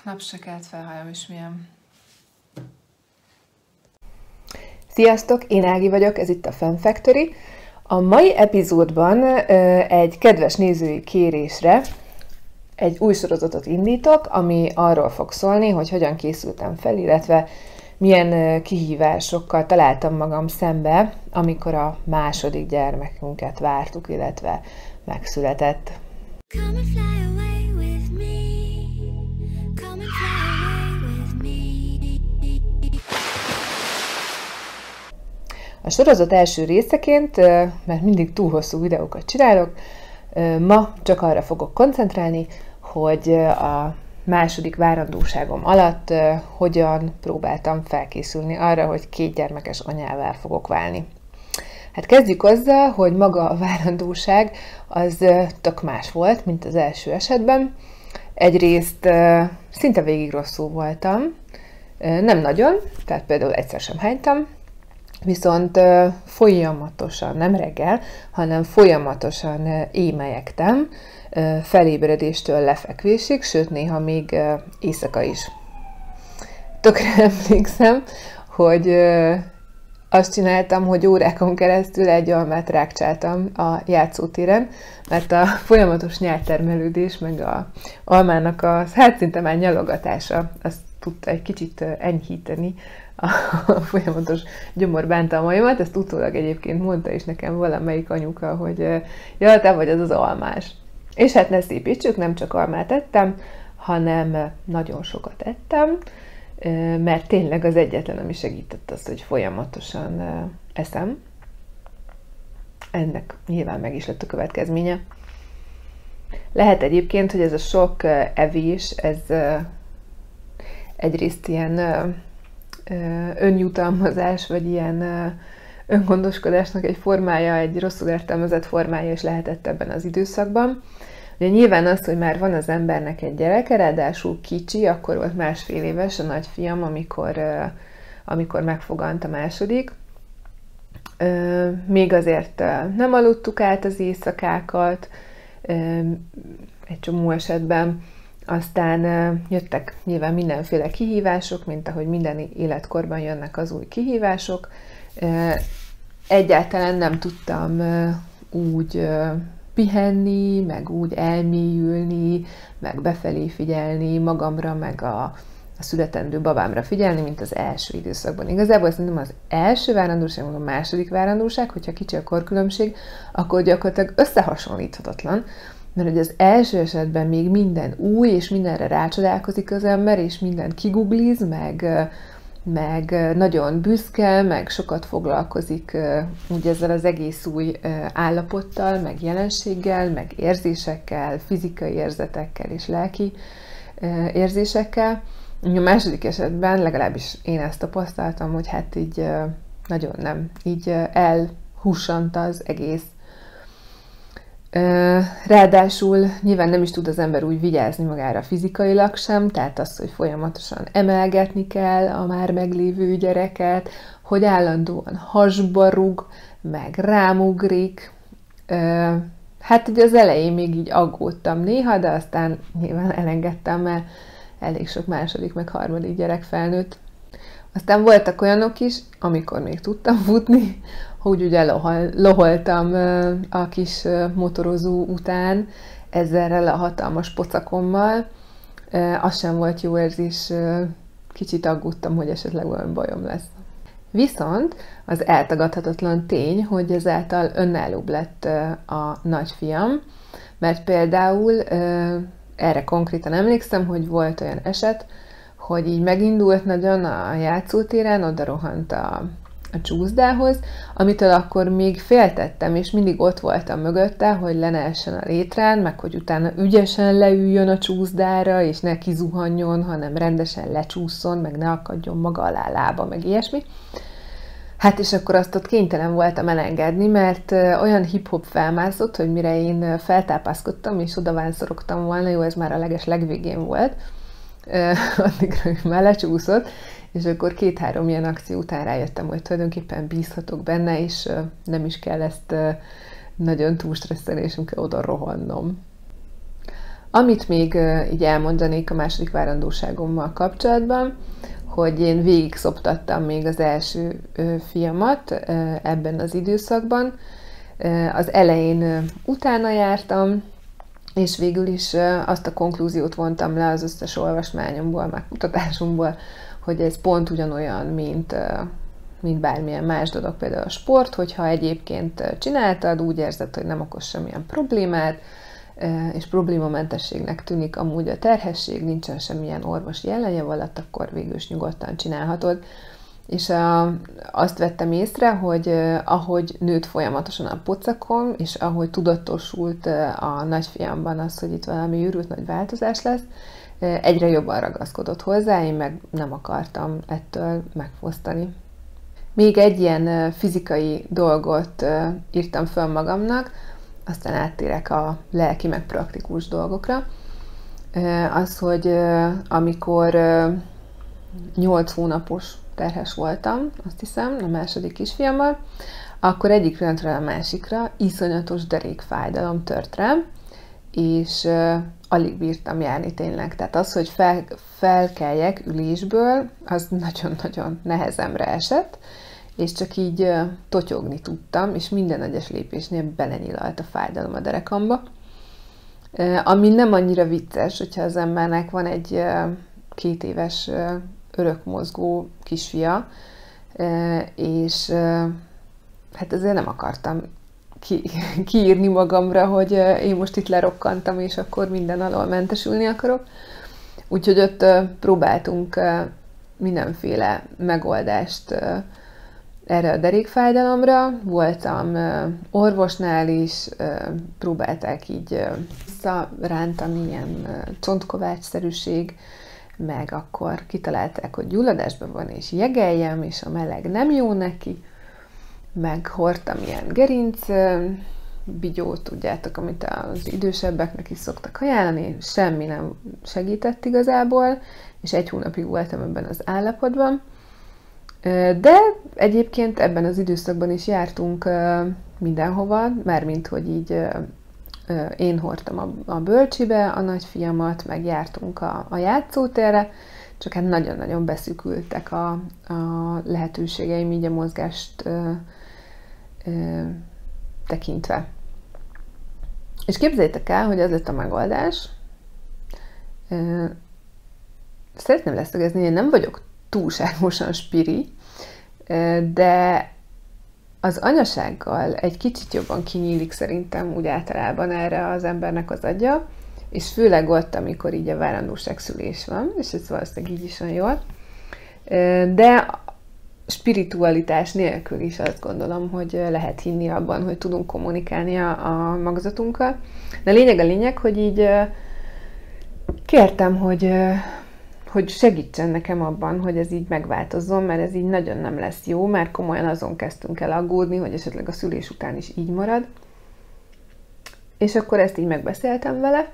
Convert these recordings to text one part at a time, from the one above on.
nap se kelt fel, hajam is milyen. Sziasztok, én Ági vagyok, ez itt a Fan Factory. A mai epizódban egy kedves nézői kérésre egy új sorozatot indítok, ami arról fog szólni, hogy hogyan készültem fel, illetve milyen kihívásokkal találtam magam szembe, amikor a második gyermekünket vártuk, illetve megszületett. A sorozat első részeként, mert mindig túl hosszú videókat csinálok, ma csak arra fogok koncentrálni, hogy a második várandóságom alatt hogyan próbáltam felkészülni arra, hogy 2 gyermekes anyává fogok válni. Hát kezdjük azzal, hogy maga a várandóság az tök más volt, mint az első esetben. Egyrészt szinte végig rosszul voltam, nem nagyon, tehát például egyszer sem hánytam, viszont folyamatosan, nem reggel, hanem folyamatosan émelyegtem, felébredéstől lefekvésig, sőt néha még éjszaka is. Tökre emlékszem, hogy azt csináltam, hogy órákon keresztül egy almát rákcsáltam a játszótéren, mert a folyamatos nyáltermelődés, meg a almának a szinte már nyalogatása, azt tudta egy kicsit enyhíteni a folyamatos gyomorbántalmaimat. Ezt utólag egyébként mondta is nekem valamelyik anyuka, hogy ja, te vagy az az almás. És hát ne szépítsük, nem csak almát ettem, hanem nagyon sokat ettem, mert tényleg az egyetlen, ami segített az, hogy folyamatosan eszem. Ennek nyilván meg is lett a következménye. Lehet egyébként, hogy ez a sok evés, ez egyrészt ilyen önjutalmazás, vagy ilyen öngondoskodásnak egy formája, egy rosszul értelmezett formája is lehetett ebben az időszakban. Ugye nyilván az, hogy már van az embernek egy gyereke, ráadásul kicsi, akkor volt 1,5 éves a nagyfiam, amikor megfogant a második. Még azért nem aludtuk át az éjszakákat, egy csomó esetben. Aztán jöttek nyilván mindenféle kihívások, mint ahogy minden életkorban jönnek az új kihívások. Egyáltalán nem tudtam úgy pihenni, meg úgy elmélyülni, meg befelé figyelni magamra, meg a születendő babámra figyelni, mint az első időszakban. Igazából szerintem az első várandóság, meg a második várandóság, hogyha kicsi a korkülönbség, akkor gyakorlatilag összehasonlíthatatlan, mert hogy az első esetben még minden új, és mindenre rácsodálkozik az ember, és mindent kigugliz, meg nagyon büszke, meg sokat foglalkozik úgy ezzel az egész új állapottal, meg jelenséggel, meg érzésekkel, fizikai érzetekkel és lelki érzésekkel. A második esetben legalábbis én ezt tapasztaltam, hogy hát így nagyon nem, így elhussant az egész. Ráadásul nyilván nem is tud az ember úgy vigyázni magára fizikailag sem, tehát az, hogy folyamatosan emelgetni kell a már meglévő gyereket, hogy állandóan hasba rúg, meg rámugrik. Hát ugye az elején még így aggódtam néha, de aztán nyilván elengedtem, mert elég sok második, meg harmadik gyerek felnőtt. Aztán voltak olyanok is, amikor még tudtam futni, hogy ugye loholtam a kis motorozó után ezzel a hatalmas pocakommal. Az sem volt jó érzés, kicsit aggódtam, hogy esetleg valami bajom lesz. Viszont az eltagadhatatlan tény, hogy ezáltal önállóbb lett a nagyfiam, mert például erre konkrétan emlékszem, hogy volt olyan eset, hogy így megindult nagyon a játszótéren, oda rohant a csúszdához, amitől akkor még féltettem, és mindig ott voltam mögötte, hogy le ne essen a létrán, meg hogy utána ügyesen leüljön a csúszdára, és ne kizuhanjon, hanem rendesen lecsúszson, meg ne akadjon maga alá lába, meg ilyesmi. Hát és akkor azt ott kénytelen voltam elengedni, mert olyan hip-hop felmászott, hogy mire én feltápászkodtam, és odavánszorogtam volna, jó, ez már a legvégén volt, addigra már lecsúszott, és akkor 2-3 ilyen akció után rájöttem, hogy tulajdonképpen bízhatok benne, és nem is kell ezt nagyon túl stresszelni, és nem kell oda rohannom. Amit még így elmondanék a második várandóságommal kapcsolatban, hogy én végig szoptattam még az első fiamat ebben az időszakban. Az elején utána jártam, és végül is azt a konklúziót vontam le az összes olvasmányomból, meg kutatásomból, hogy ez pont ugyanolyan, mint bármilyen más dolog, például a sport, hogyha egyébként csináltad, úgy érzed, hogy nem okoz semmilyen problémát, és problémamentességnek tűnik amúgy a terhesség, nincsen semmilyen orvosi ellenjel alatt, akkor végül is nyugodtan csinálhatod. És azt vettem észre, hogy ahogy nőtt folyamatosan a pocakom, és ahogy tudatosult a nagyfiamban az, hogy itt valami őrült nagy változás lesz, egyre jobban ragaszkodott hozzá, én meg nem akartam ettől megfosztani. Még egy ilyen fizikai dolgot írtam föl magamnak, aztán áttérek a lelki meg praktikus dolgokra. Az, hogy amikor 8 hónapos terhes voltam, azt hiszem, a második kisfiammal, akkor egyik pillanatról a másikra iszonyatos derékfájdalom tört rám, és alig bírtam járni tényleg. Tehát az, hogy felkeljek ülésből, az nagyon-nagyon nehezemre esett, és csak így totyogni tudtam, és minden egyes lépésnél belenyilalt a fájdalom a derekamba. Ami nem annyira vicces, hogyha az embernek van egy 2 éves örökmozgó kisfia, és hát ezért nem akartam kiírni magamra, hogy én most itt lerokkantam, és akkor minden alól mentesülni akarok. Úgyhogy ott próbáltunk mindenféle megoldást erre a derékfájdalomra. Voltam orvosnál is, próbálták így visszarántani, ilyen csontkovács-szerűség, meg akkor kitalálták, hogy gyulladásban van, és jegeljem, és a meleg nem jó neki, meg hordtam ilyen gerinc bigyót, tudjátok, amit az idősebbeknek is szoktak ajánlani, semmi nem segített igazából, és 1 hónapig voltam ebben az állapotban. De egyébként ebben az időszakban is jártunk mindenhova, mármint, hogy így én hordtam a bölcsibe a nagyfiamat, meg jártunk a játszótérre, csak hát nagyon-nagyon beszűkültek a lehetőségeim így a mozgást tekintve. És képzeljétek el, hogy az lett a megoldás. Szeretném leszögezni, én nem vagyok túlságosan spiri, de az anyasággal egy kicsit jobban kinyílik szerintem úgy általában erre az embernek az agya, és főleg ott, amikor így a várandóság szülés van, és ez valószínűleg így is van jól. De spiritualitás nélkül is azt gondolom, hogy lehet hinni abban, hogy tudunk kommunikálni a magzatunkkal. De a lényeg, hogy így kértem, hogy segítsen nekem abban, hogy ez így megváltozzon, mert ez így nagyon nem lesz jó, már komolyan azon kezdtünk el aggódni, hogy esetleg a szülés után is így marad. És akkor ezt így megbeszéltem vele,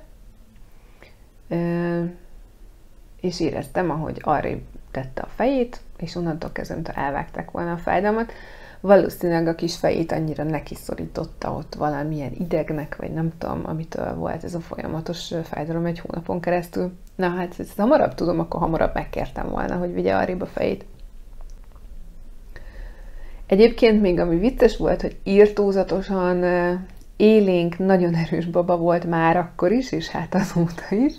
és éreztem, ahogy arrébb tette a fejét, és onnantól kezdve elvágták volna a fájdalmat. Valószínűleg a kis fejét annyira neki szorította ott valamilyen idegnek, vagy nem tudom, amitől volt ez a folyamatos fájdalom 1 hónapon keresztül. Na hát, ezt hamarabb tudom, akkor hamarabb megkértem volna, hogy vigye arrébb a fejét. Egyébként még ami vicces volt, hogy irtózatosan élénk, nagyon erős baba volt már akkor is, és hát azóta is.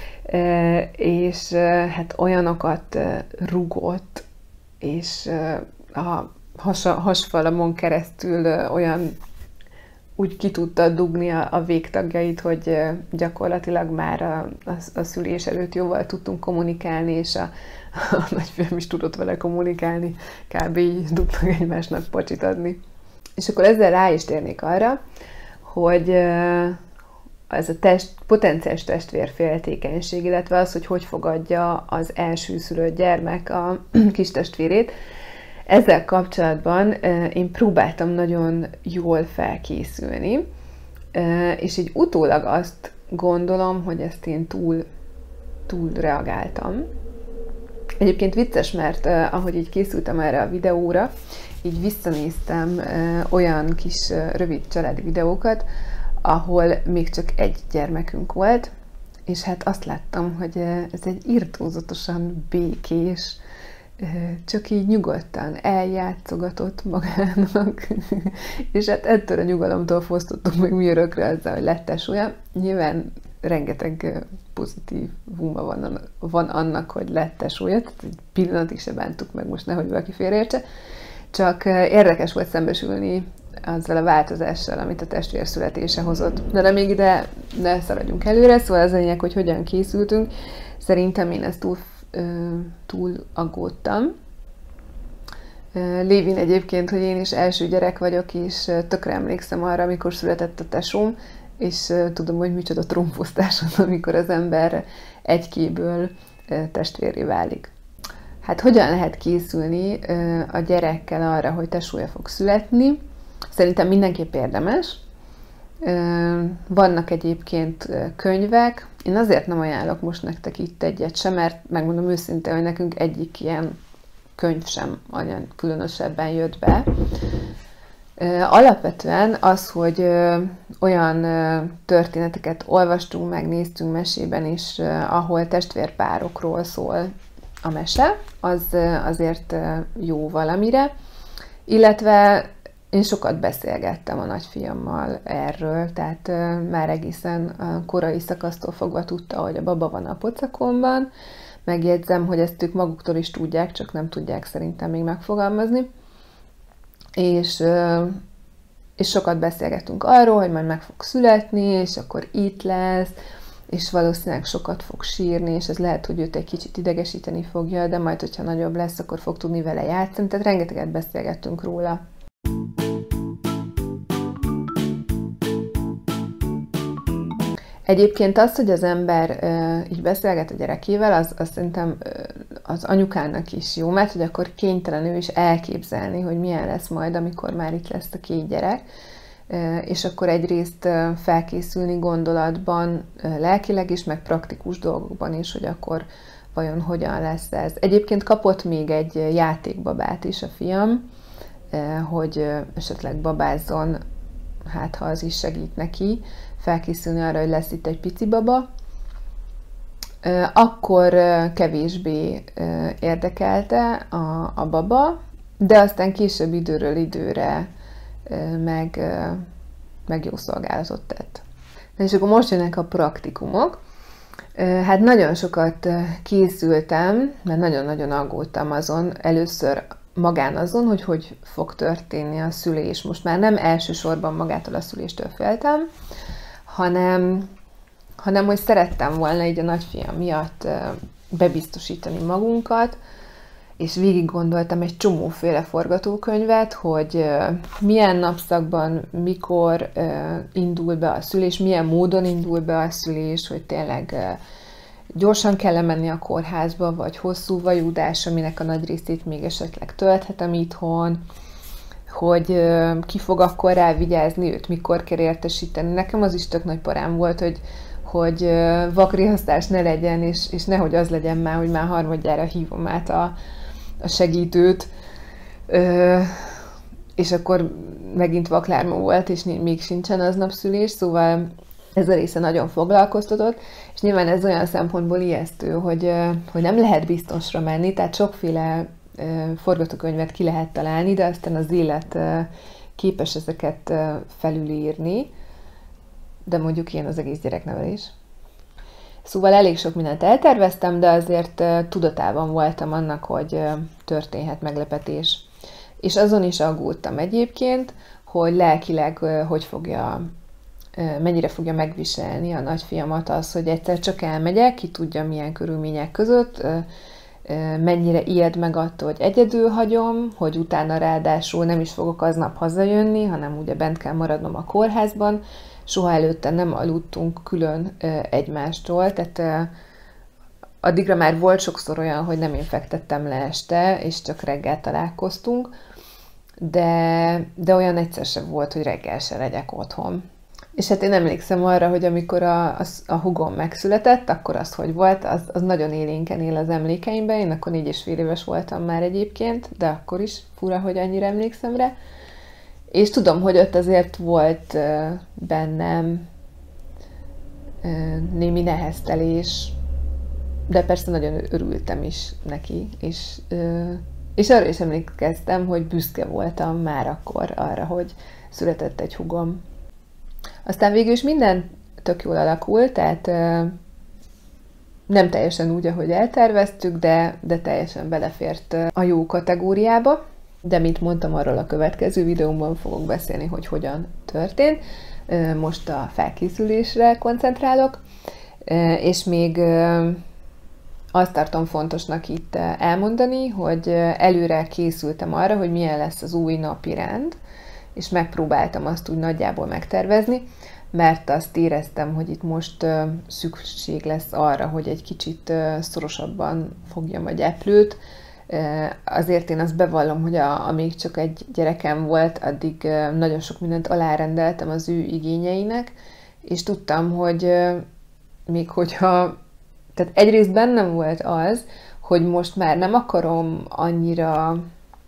És hát olyanokat rugott, és a hasfalamon keresztül olyan úgy ki tudta dugni a végtagjait, hogy gyakorlatilag már a szülés előtt jóval tudtunk kommunikálni, és a nagyfiam is tudott vele kommunikálni, kb. Így tudtak egymásnak pacsit adni. És akkor ezzel rá is térnék arra, hogy ez a potenciális testvérféltékenység, illetve az, hogy fogadja az elsőszülött gyermek a kis testvérét. Ezzel kapcsolatban én próbáltam nagyon jól felkészülni, és így utólag azt gondolom, hogy ezt én túl reagáltam. Egyébként vicces, mert ahogy így készültem erre a videóra, így visszanéztem olyan kis rövid családi videókat, ahol még csak 1 gyermekünk volt, és hát azt láttam, hogy ez egy irtózatosan békés, csak így nyugodtan eljátszogatott magának, és hát ettől a nyugalomtól fosztottuk meg mi örökre azzal, hogy lett tesója. Nyilván rengeteg pozitív vuma van annak, hogy lett tesója, tehát egy pillanatig se bántuk meg, most nehogy valaki félreértse, csak érdekes volt szembesülni azzal a változással, amit a testvér születése hozott. De még ide ne szaladjunk előre, szóval az a lényeg, hogy hogyan készültünk. Szerintem én ezt túl aggódtam. Lévén egyébként, hogy én is első gyerek vagyok, és tökre emlékszem arra, amikor született a tesóm, és tudom, hogy micsoda trónfosztás az, amikor az ember egykéből testvérré válik. Hát hogyan lehet készülni a gyerekkel arra, hogy tesója fog születni? Szerintem mindenképp érdemes. Vannak egyébként könyvek. Én azért nem ajánlok most nektek itt egyet sem, mert megmondom őszintén, hogy nekünk egyik ilyen könyv sem olyan különösebben jött be. Alapvetően az, hogy olyan történeteket olvastunk, megnéztünk mesében is, ahol testvérpárokról szól a mese, az azért jó valamire. Illetve én sokat beszélgettem a nagyfiammal erről, tehát már egészen a korai szakasztól fogva tudta, hogy a baba van a pocakomban. Megjegyzem, hogy ezt ők maguktól is tudják, csak nem tudják szerintem még megfogalmazni. És sokat beszélgettünk arról, hogy majd meg fog születni, és akkor itt lesz, és valószínűleg sokat fog sírni, és ez lehet, hogy őt egy kicsit idegesíteni fogja, de majd, hogyha nagyobb lesz, akkor fog tudni vele játszani. Tehát rengeteget beszélgettünk róla. Egyébként az, hogy az ember így beszélget a gyerekével, az szerintem az anyukának is jó, mert hogy akkor kénytelen ő is elképzelni, hogy milyen lesz majd, amikor már itt lesz a két gyerek, és akkor egyrészt felkészülni gondolatban, lelkileg is, meg praktikus dolgokban is, hogy akkor vajon hogyan lesz ez. Egyébként kapott még egy játékbabát is a fiam, hogy esetleg babázzon, hát ha az is segít neki, felkészülni arra, hogy lesz itt egy pici baba. Akkor kevésbé érdekelte a baba, de aztán később időről időre meg jó szolgálatot tett. És akkor most jönnek a praktikumok. Hát nagyon sokat készültem, mert nagyon-nagyon aggódtam először magán azon, hogy fog történni a szülés. Most már nem elsősorban magától a szüléstől féltem, hanem hogy szerettem volna így a nagyfiam miatt bebiztosítani magunkat, és végig gondoltam egy csomóféle forgatókönyvet, hogy milyen napszakban, mikor indul be a szülés, milyen módon indul be a szülés, hogy tényleg gyorsan kell menni a kórházba, vagy hosszú vajúdás, aminek a nagy részét még esetleg tölthetem itthon, hogy ki fog akkor rá vigyázni, őt mikor kell értesíteni. Nekem az is tök nagy parám volt, hogy vakriasztás ne legyen, és nehogy az legyen már, hogy már harmadjára hívom át a segítőt, és akkor megint vaklárma volt, és még sincsen aznap szülés, szóval ez a része nagyon foglalkoztatott, és nyilván ez olyan szempontból ijesztő, hogy nem lehet biztosra menni, tehát sokféle forgatókönyvet ki lehet találni, de aztán az élet képes ezeket felülírni, de mondjuk ilyen az egész gyereknevelés. Szóval elég sok mindent elterveztem, de azért tudatában voltam annak, hogy történhet meglepetés. És azon is aggódtam egyébként, hogy lelkileg mennyire fogja megviselni a nagyfiamat az, hogy egyszer csak elmegyek, ki tudja milyen körülmények között, mennyire ijed meg attól, hogy egyedül hagyom, hogy utána ráadásul nem is fogok aznap hazajönni, hanem ugye bent kell maradnom a kórházban. Soha előtte nem aludtunk külön egymástól, tehát addigra már volt sokszor olyan, hogy nem én fektettem le este, és csak reggel találkoztunk, de olyan egyszer sem volt, hogy reggel se legyek otthon. És hát én emlékszem arra, hogy amikor a húgom megszületett, akkor az, hogy volt, az nagyon élénken él az emlékeimben. Én akkor 4,5 éves voltam már egyébként, de akkor is fura, hogy annyira emlékszem rá. És tudom, hogy ott azért volt bennem némi neheztelés, de persze nagyon örültem is neki, és arra is emlékeztem, hogy büszke voltam már akkor arra, hogy született egy húgom. Aztán végül is minden tök jól alakult, tehát nem teljesen úgy, ahogy elterveztük, de teljesen belefért a jó kategóriába. De mint mondtam, arról a következő videómban fogok beszélni, hogy hogyan történt. Most a felkészülésre koncentrálok, és még azt tartom fontosnak itt elmondani, hogy előre készültem arra, hogy milyen lesz az új napirend, és megpróbáltam azt úgy nagyjából megtervezni, mert azt éreztem, hogy itt most szükség lesz arra, hogy egy kicsit szorosabban fogjam a gyeplőt. Azért én azt bevallom, hogy amíg csak egy gyerekem volt, addig nagyon sok mindent alárendeltem az ő igényeinek, és tudtam, hogy még hogyha... Tehát egyrészt bennem volt az, hogy most már nem akarom annyira...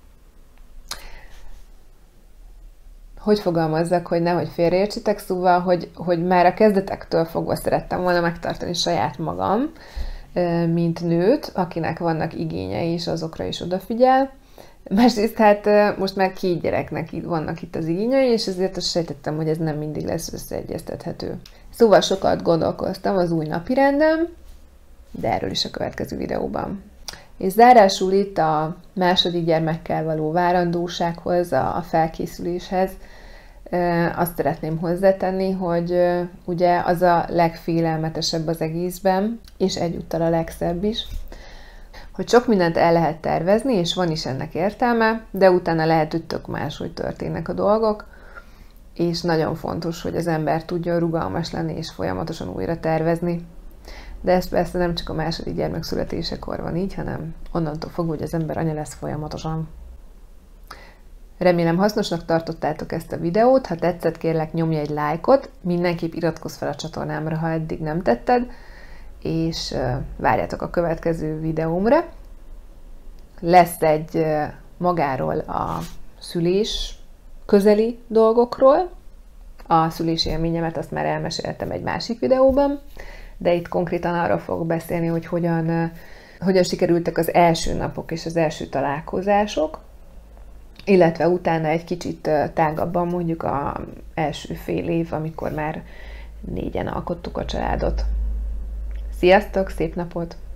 Hogy fogalmazzak, hogy nehogy félreértsetek, szóval, hogy már a kezdetektől fogva szerettem volna megtartani saját magam, mint nőt, akinek vannak igényei, és azokra is odafigyel. Másrészt hát most már 2 gyereknek vannak itt az igényei, és ezért azt sejtettem, hogy ez nem mindig lesz összeegyeztethető. Szóval sokat gondolkoztam az új napirenden, de erről is a következő videóban. És zárásul itt a második gyermekkel való várandósághoz, a felkészüléshez azt szeretném hozzátenni, hogy ugye az a legfélelmetesebb az egészben, és egyúttal a legszebb is, hogy sok mindent el lehet tervezni, és van is ennek értelme, de utána lehet, hogy tök máshogy történnek a dolgok, és nagyon fontos, hogy az ember tudjon rugalmas lenni, és folyamatosan újra tervezni. De ez persze nem csak a második gyermek születésekor van így, hanem onnantól fogva, hogy az ember anya lesz folyamatosan. Remélem hasznosnak tartottátok ezt a videót, ha tetszett, kérlek nyomj egy lájkot, mindenképp iratkozz fel a csatornámra, ha eddig nem tetted, és várjátok a következő videómra. Lesz egy magáról a szülés közeli dolgokról, a szülési élményemet azt már elmeséltem egy másik videóban, de itt konkrétan arról fogok beszélni, hogy hogyan sikerültek az első napok és az első találkozások, illetve utána egy kicsit tágabban mondjuk az első fél év, amikor már 4-en alkottuk a családot. Sziasztok, szép napot!